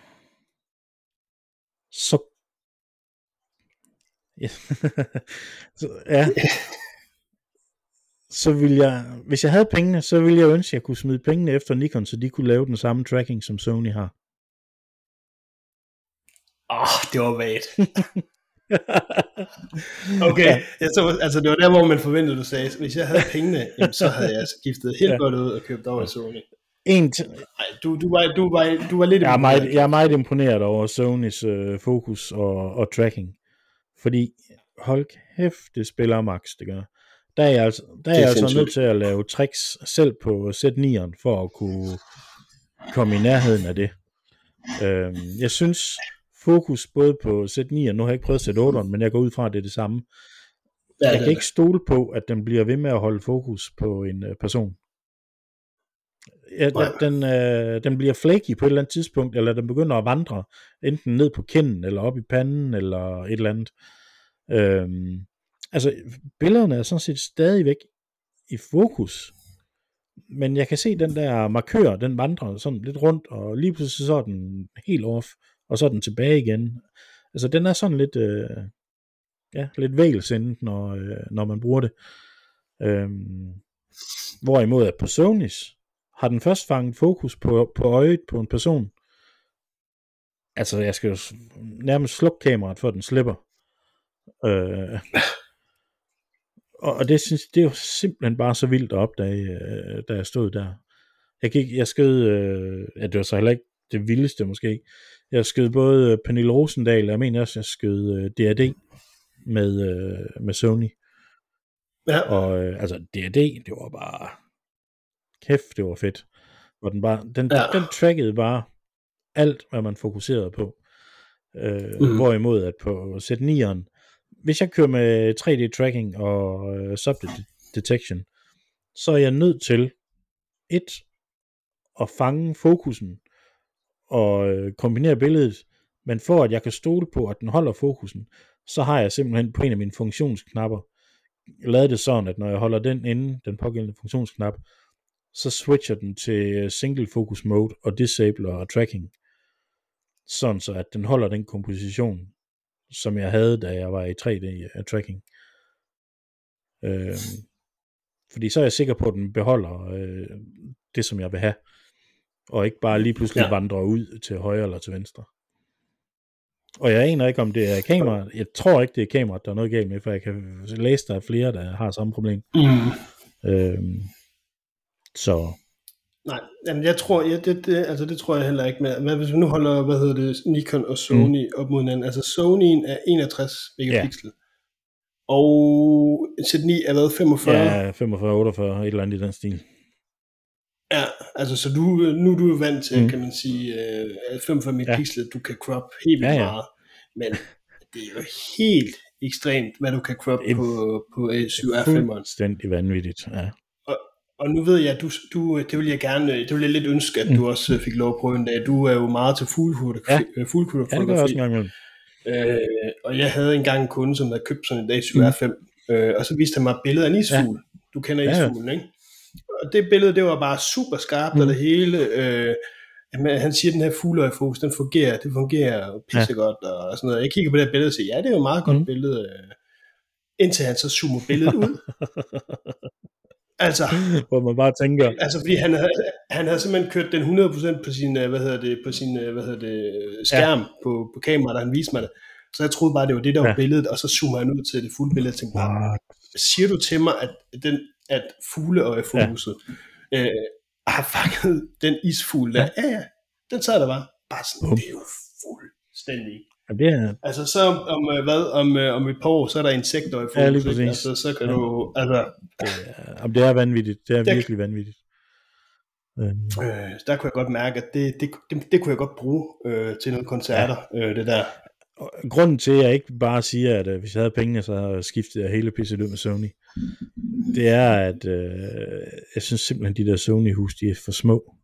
så... Ja. så ja. Så ville jeg... Hvis jeg havde pengene, så ville jeg ønske, at jeg kunne smide pengene efter Nikon, så de kunne lave den samme tracking, som Sony har. Åh, oh, det var vagt. Okay, ja. Jeg så, altså det var der, hvor man forventede, du sagde, hvis jeg havde pengene, jamen, så havde jeg skiftet helt ja. godt ud og købt over Sony. En t- Ej, du, du, var, du, var, du var lidt jeg er, meget, jeg er meget imponeret over Sonys øh, fokus og, og tracking. Fordi, hold kæft, det spiller max, det gør. Der er jeg altså, der er jeg altså nødt til at lave tricks selv på Z ni'eren, for at kunne komme i nærheden af det. Øhm, jeg synes, fokus både på Z ni'eren, nu har jeg ikke prøvet Z otteren, men jeg går ud fra, at det er det samme. Ja, jeg kan ikke stole på, at den bliver ved med at holde fokus på en øh, person. Ja, den, øh, den bliver flaky på et eller andet tidspunkt, eller den begynder at vandre, enten ned på kinden, eller op i panden, eller et eller andet. Øhm, altså, billederne er sådan set stadigvæk i fokus, men jeg kan se den der markør, den vandrer sådan lidt rundt, og lige pludselig så er den helt off, og så er den tilbage igen. Altså, den er sådan lidt, øh, ja, lidt vægelsindet, når, øh, når man bruger det. Øhm, hvorimod at på Sonys, har den først fanget fokus på, på øjet på en person. Altså, jeg skal jo nærmest slukke kameraet, for den slipper. Øh, og det synes det er jo simpelthen bare så vildt at opdage, øh, da jeg stod der. Jeg gik, jeg skød, øh, ja, det var så heller ikke det vildeste måske. Jeg skød både Pernille Rosendahl, og jeg mener også, jeg skød øh, D R D med, øh, med Sony. Ja. Og øh, altså, D R D, det var bare... Kæft, det var fedt. Og den, bare, den, ja. den trackede bare alt, hvad man fokuserede på. Øh, mm. Hvorimod at på Z ni'eren, hvis jeg kører med tre D tracking og øh, subject detection, så er jeg nødt til et, at fange fokusen og øh, kombinere billedet, men for at jeg kan stole på, at den holder fokusen, så har jeg simpelthen på en af mine funktionsknapper lavet det sådan, at når jeg holder den inde, den pågældende funktionsknap, så switcher den til single focus mode og disabler tracking, sådan så at den holder den komposition, som jeg havde, da jeg var i tre D tracking. Øhm, fordi så er jeg sikker på, at den beholder øh, det, som jeg vil have, og ikke bare lige pludselig ja. vandrer ud til højre eller til venstre. Og jeg aner ikke, om det er kameraet. Jeg tror ikke, det er kameraet, der er noget galt med, for jeg kan læse, der er flere, der har samme problem. Mm. Øhm, Så. Nej, jamen jeg tror, ja, det, det, altså det tror jeg heller ikke med. Men hvis vi nu holder, hvad hedder det, Nikon og Sony mm. op mod hinanden, altså Sonyen er enogtres megapixel, yeah. og Z ni er været femogfyrre. Ja, femogfyrre, otteogfyrre, et eller andet i den stil. Ja, altså så du, nu er du jo vant til, mm. kan man sige, uh, femogfyrre megapixel, ja. Du kan crop helt vildt ja, ja. meget, men det er jo helt ekstremt, hvad du kan crop det på, på A syv R fem'eren. Fuldstændig vanvittigt, ja. Og nu ved jeg, du, du, det vil jeg gerne, det vil jeg lidt ønske, at mm. du også fik lov at prøve en dag. Du er jo meget til fuglfotografi. Ja, ja det gør jeg også en gang imellem. Øh, og jeg havde engang en kunde, som havde købt sådan en A syv R fem, mm. øh, og så viste han mig billedet af en isfugl. Ja. Du kender isfuglen, ja, ja. Ikke? Og det billede, det var bare super skarpt, mm. og det hele. Øh, jamen, han siger, at den her fugleøjefokus, den fungerer, det fungerer pissegodt, ja. Og sådan noget. Jeg kigger på det her billede og siger, ja, det er jo et meget godt mm. billede, indtil han så zoomer billedet ud. Altså, hvor man bare tænker, altså fordi han havde, han havde simpelthen kørt den hundrede procent på sin, hvad hedder det, på sin, hvad hedder det, skærm ja. på, på kameraet, da han viste mig det. Så jeg troede bare, det var det, der var ja. billedet, og så zoomer han ud til det fulde billede, og tænkte bare, siger du til mig, at, den, at fugleøjefokuset ja. øh, har fanget den isfugl der? Ja, ja, ja. Den sad der bare. Bare sådan, uh. det er jo fuldstændig. Ja, det er... Altså så om, hvad, om, om et par år, så er der insekter i fokus, ja, lige præcis. Altså, så kan ja. du, altså... Det er, det er vanvittigt, det er der, virkelig vanvittigt. Øh, der kunne jeg godt mærke, at det, det, det, det kunne jeg godt bruge øh, til nogle koncerter, ja. øh, det der. Og grunden til, at jeg ikke bare siger, at øh, hvis jeg havde pengene, så havde jeg skiftet hele pisset ud med Sony, det er, at øh, jeg synes simpelthen, de der Sony-hus, de er for små.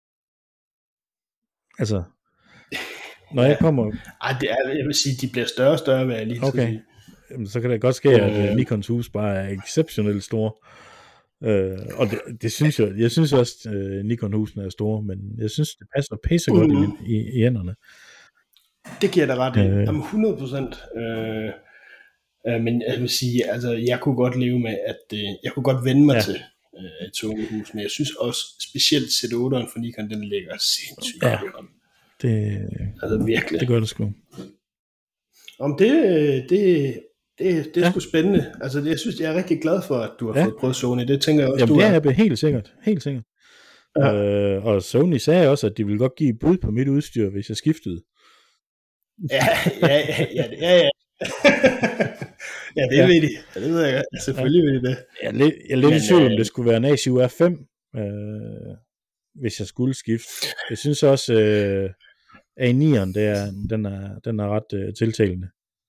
Altså, når ja. jeg kommer... Ej, det er, jeg vil sige, de bliver større og større, hvad jeg lige okay. sige. Jamen, så kan det godt ske, at øh, Nikons hus bare er exceptionelt store. Øh, og det, det synes jeg, jeg synes også, at øh, Nikon-husene er store, men jeg synes, det passer pæser godt mm. i, i, i hænderne. Det giver dig ret i. Øh. Jamen hundrede procent. Øh, øh, men jeg vil sige, altså, jeg kunne godt leve med, at øh, jeg kunne godt vende mig ja. til øh, et Sony-hus, men jeg synes også, specielt Z otteren for Nikon, den ligger sindssygt ja. godt i hånden. Det, altså virkelig. Det gør det sgu. Om det, det, det, det er ja. sgu spændende. Altså, det, jeg synes, jeg er rigtig glad for, at du har ja. fået prøvet Sony. Det tænker jeg også, jamen, du det er. Det er helt sikkert. Helt sikkert. Ja. Øh, og Sony sagde også, at de ville godt give bud på mit udstyr, hvis jeg skiftede. Ja, ja, ja, ja, ja, ja. ja, det ja. ved de. Ja, det ved jeg godt. Selvfølgelig ja. ved de det. Jeg er lidt, jeg er lidt i tvivl, om det skulle være en A syv R fem, øh, hvis jeg skulle skifte. Jeg synes også, øh, A ni'eren, det er, den, er, den er ret øh, tiltalende.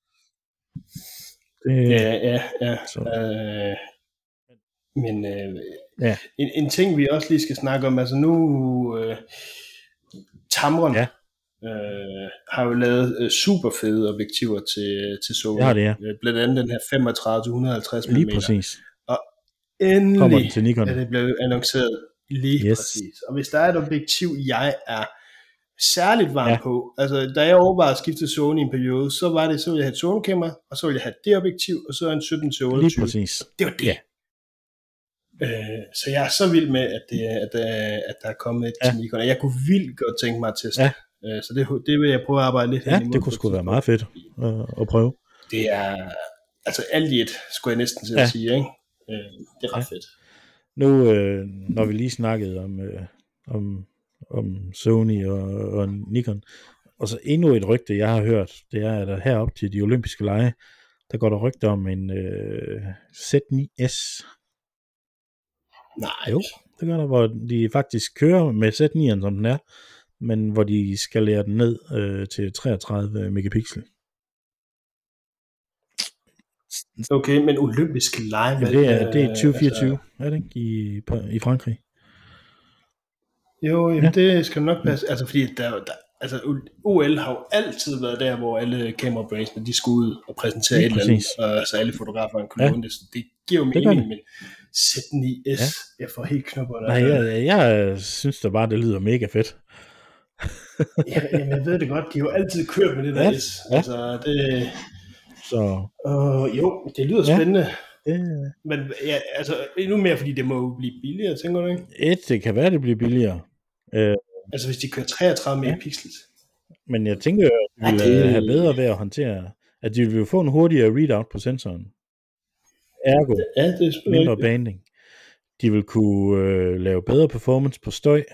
Det, ja, ja, ja. Øh, men øh, ja. En, en ting, vi også lige skal snakke om, altså nu, øh, Tamron ja. øh, har jo lavet øh, super fede objektiver til, til Sony. Det har det, ja. Blandt andet den her femogtredive til et hundrede og halvtreds millimeter. Lige præcis. Og endelig til Nikon. er det blevet annonceret lige yes. præcis. Og hvis der er et objektiv, jeg er særligt varm ja. på, altså da jeg overvejede at skifte Sony i en periode, så var det, så ville jeg have et Sony-kamera, og så ville jeg have det objektiv, og så en sytten til otteogtyve. Lige præcis. Det var det. Ja. Øh, så jeg er så vild med, at, det, at, at der er kommet et ja. til Nikon, og jeg kunne vildt godt tænke mig at teste. Ja. Øh, så det, det vil jeg prøve at arbejde lidt ja, hen imod. Ja, det kunne sgu være meget fedt at, at prøve. Det er, altså alt i et, skulle jeg næsten til ja. at sige, ikke? Øh, det er ret ja. fedt. Nu, øh, når vi lige snakkede om, øh, om, om Sony og, og Nikon, og så endnu et rygte, jeg har hørt, det er, at herop til de olympiske lege, der går der rygte om en øh, Z ni S. Nej. Jo, det gør der, hvor de faktisk kører med Z ni'eren, som den er, men hvor de skal lære den ned øh, til treogtredive megapixel. Okay, men olympiske lege... Ja, det er, det er tyve fireogtyve, altså, er det ikke, i, på, i Frankrig? Jo, jamen, ja. det skal nok passe, altså fordi der, der, altså, O L har jo altid været der, hvor alle camera brandsene, de skulle ud og præsentere ja, et eller andet, og så alle fotograferne kunne låne det, så det giver jo mening, men Z ni S, ja. jeg får helt knopper der. Nej, jeg, jeg synes da bare, det lyder mega fedt. ja, jamen, jeg ved det godt, de har jo altid kørt med det der ja, S, ja. altså det... Så. Uh, jo, det lyder ja, spændende. Det... Men ja, altså endnu mere, fordi det må jo blive billigere, tænker du ikke? Et, det kan være, det bliver billigere. Uh, altså hvis de kører treogtredive megapixels. Men jeg tænker, at de vil ja, det... have bedre ved at håndtere, at de vil få en hurtigere readout på sensoren. Ergo, ja, det er mindre banding. De vil kunne øh, lave bedre performance på støj.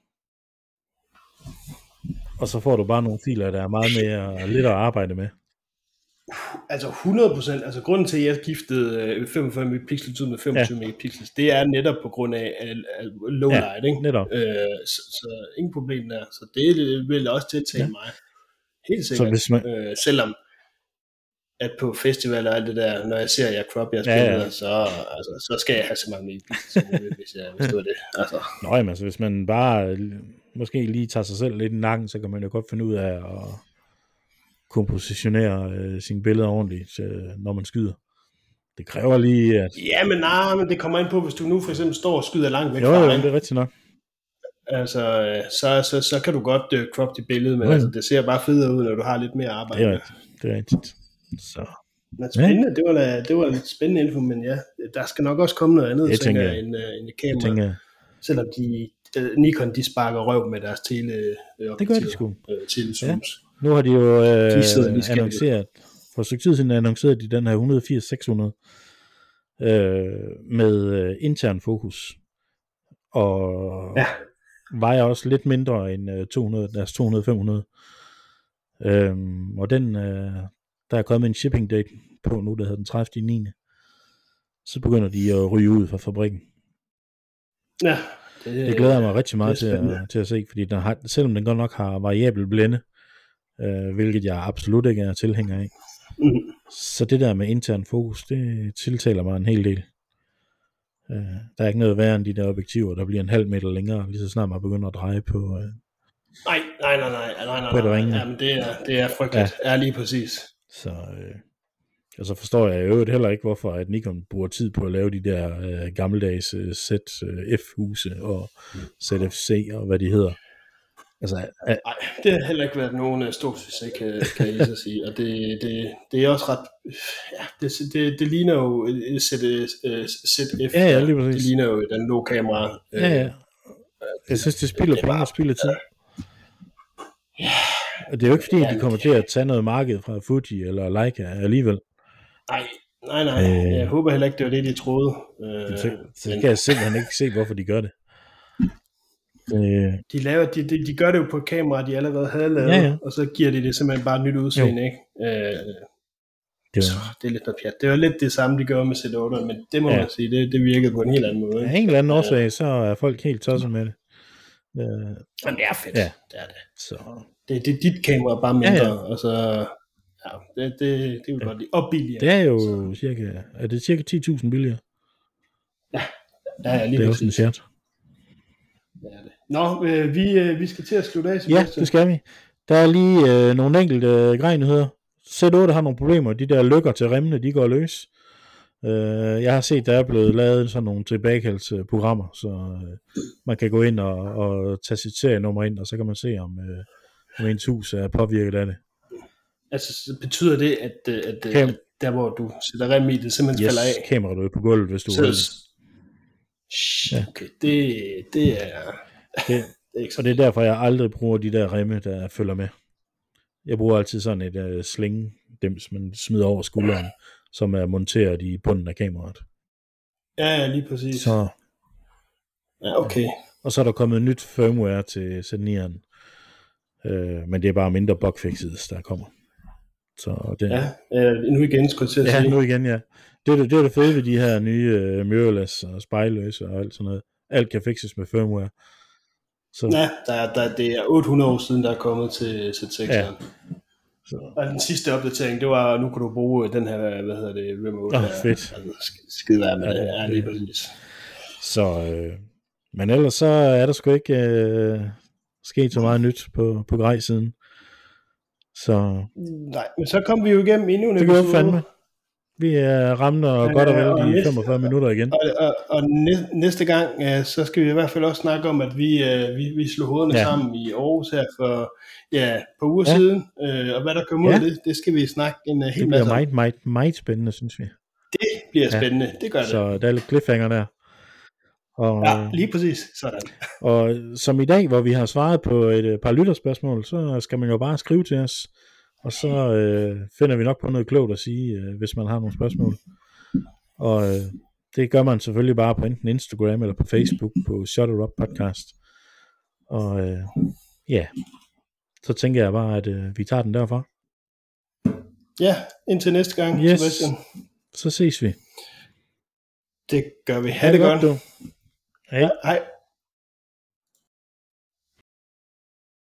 Og så får du bare nogle filer, der er meget mere lidt at arbejde med. Altså hundrede procent, altså grunden til, at jeg skiftede femogfyrre megapixels ud med femogtyve ja. megapixels, det er netop på grund af, af, af low ja, light, ikke? Netop. Øh, så, så ingen problem der. Så det, det vil også tiltale ja. mig. Helt sikkert. Så hvis man... øh, selvom at på festivaler og alt det der, når jeg ser jer crop jeres ja, billeder, ja. så, altså, så skal jeg have så mange megapixels, hvis jeg hvis det var det. Altså. Nå, jamen, altså hvis man bare måske lige tager sig selv lidt i nakken, så kan man jo godt finde ud af at kompositionere øh, sine billeder ordentligt, øh, når man skyder. Det kræver lige, at... Ja, men nej, men det kommer ind på, hvis du nu for eksempel står og skyder langt væk jo, fra jo, dig. det er rigtigt nok. Altså, øh, så, så, så kan du godt øh, crop dit billede, men Ja. altså, det ser bare federe ud, når du har lidt mere arbejde. Det er med. rigtigt. Det er rigtigt. Så. Men spændende, ja. det, var da, det var lidt spændende info, men ja, der skal nok også komme noget andet, Det tænker tænker jeg. jeg, end, uh, end et kamera. Det tænker jeg. Selvom de, uh, Nikon, de sparker røv med deres tele uh, Det gør de sgu. Uh, telezooms. Ja. Nu har de jo øh, de sidder lige annonceret, for et stykke tid siden annoncerede de den her et hundrede og firs seks hundrede øh, med øh, intern fokus. Og ja. vejer også lidt mindre end øh, to hundrede, deres to hundrede fem hundrede. Øhm, og den, øh, der er kommet en shipping date på nu, der hedder den tredivte niende Så begynder de at ryge ud fra fabrikken. Ja. Det, det glæder jeg mig rigtig meget til at, til at se, fordi den har, selvom den godt nok har variabel blænde, øh, hvilket jeg absolut ikke er tilhænger af, mm. så det der med intern fokus, det tiltaler mig en hel del. Øh, der er ikke noget værre end de der objektiver, der bliver en halv meter længere, lige så snart man begynder at dreje på... Øh, nej, nej, nej, nej, nej, nej, nej, nej. Jamen, det er, det er frygteligt. Ja. ja, lige præcis. Så... Øh, Og så forstår jeg jo heller ikke, hvorfor at Nikon bruger tid på at lave de der øh, gammeldags øh, Z F-huse og Z F C og hvad de hedder. Altså, Nej, det har heller ikke været nogen stor succes, kan, kan jeg så sige. Og det, det, det er også ret... Ja, det, det, det ligner jo Z F. Ja, ja, lige præcis. Det ligner jo et analog kamera. Ja, ja. Jeg synes, det spilder penge og spilder tid. Ja. Og det er jo ikke fordi, ja, de kommer til at tage noget marked fra Fuji eller Leica alligevel. Nej, nej, nej. Øh, jeg håber heller ikke, det var det, de troede. Øh, så, så men... kan jeg simpelthen ikke se, hvorfor de gør det. Øh. De, laver, de, de, de gør det jo på et kamera, de allerede havde lavet, ja, ja. og så giver de det simpelthen bare et nyt udseende, ikke? Øh, det, var... det er lidt noget pjat. Det var lidt det samme, de gør med Z otte, men det må ja. man sige, det, det virkede på en helt anden måde. Af en eller anden årsag, så er folk helt tosset med det. Øh, men det er fedt, ja. det er det. Så. Det, det er dit kamera, bare mindre, ja, ja. og så... Ja, det, det, det er jo godt lide. Og billigere. Det er jo så. cirka... Er det cirka ti tusind billigere? Ja, ja, ja lige det er også en chat. Ja, det. Nå, øh, vi, øh, vi skal til at slutte af. Ja, det skal vi. Der er lige øh, nogle enkelte øh, grejnyheder. Z otte har nogle problemer. De der lykker til remmene, de går løs. Øh, jeg har set, der er blevet lavet sådan nogle tilbagekaldsprogrammer, så øh, man kan gå ind og, og tage sit serienummer ind, og så kan man se, om, øh, om ens hus er påvirket af det. Altså, betyder det, at, at, Kam- at der, hvor du sætter rem i, det simpelthen yes, falder af? Kameraet er på gulvet, hvis du så, vil. Ja. Okay, det, det er... Det, det er ikke og det er derfor, jeg aldrig bruger de der remme, der følger med. Jeg bruger altid sådan et uh, sling, dem man smider over skulderen, som er monteret i bunden af kameraet. Ja, ja, lige præcis. Så, ja, okay. Og så er der kommet nyt firmware til Z nieren, uh, men det er bare mindre bugfixes, der kommer. Så det, ja, øh, nu igen skulle jeg til at ja, sige. nu igen, ja. Det er det, det, er det fede ved de her nye uh, mirrorless og spejlløse og alt sådan noget. Alt kan fixes med firmware. Så. Ja, der, der, det er otte hundrede år siden, der er kommet til Z seks. Ja. Så. Og den sidste opdatering, det var, nu kan du bruge den her, hvad hedder det, remote. Åh, oh, fedt. Altså, skide være med ja, det. Ja, lige præcis. Så, øh, men ellers så er der sgu ikke øh, sket så meget nyt på, på grej-siden. Så. Nej, men så kom vi jo igennem endnu en episode. Det går fandme. Vi er ramt og godt og vel de femogfyrre minutter igen. Og, og, og næste gang, ja, så skal vi i hvert fald også snakke om, at vi, uh, vi, vi slog hovederne ja. sammen i Aarhus her for ja, på uger ja. siden. Uh, og hvad der kommer ud af ja. det, det skal vi snakke en uh, hel masse om. Det bliver meget, meget, meget spændende, synes vi. Det bliver spændende, ja. det gør det. Så der er lidt cliffhanger der. Og, ja, lige præcis. Sådan. Og som i dag, hvor vi har svaret på et par lytterspørgsmål, så skal man jo bare skrive til os. Og så øh, finder vi nok på noget klogt at sige, øh, hvis man har nogle spørgsmål. Og øh, det gør man selvfølgelig bare på enten Instagram eller på Facebook på Shut It Up Podcast. Og øh, ja, så tænker jeg bare, at øh, vi tager den derfra. Ja, indtil næste gang, yes. Sebastian. Så ses vi. Det gør vi. Ha' det, det godt. godt. Hej. Hej.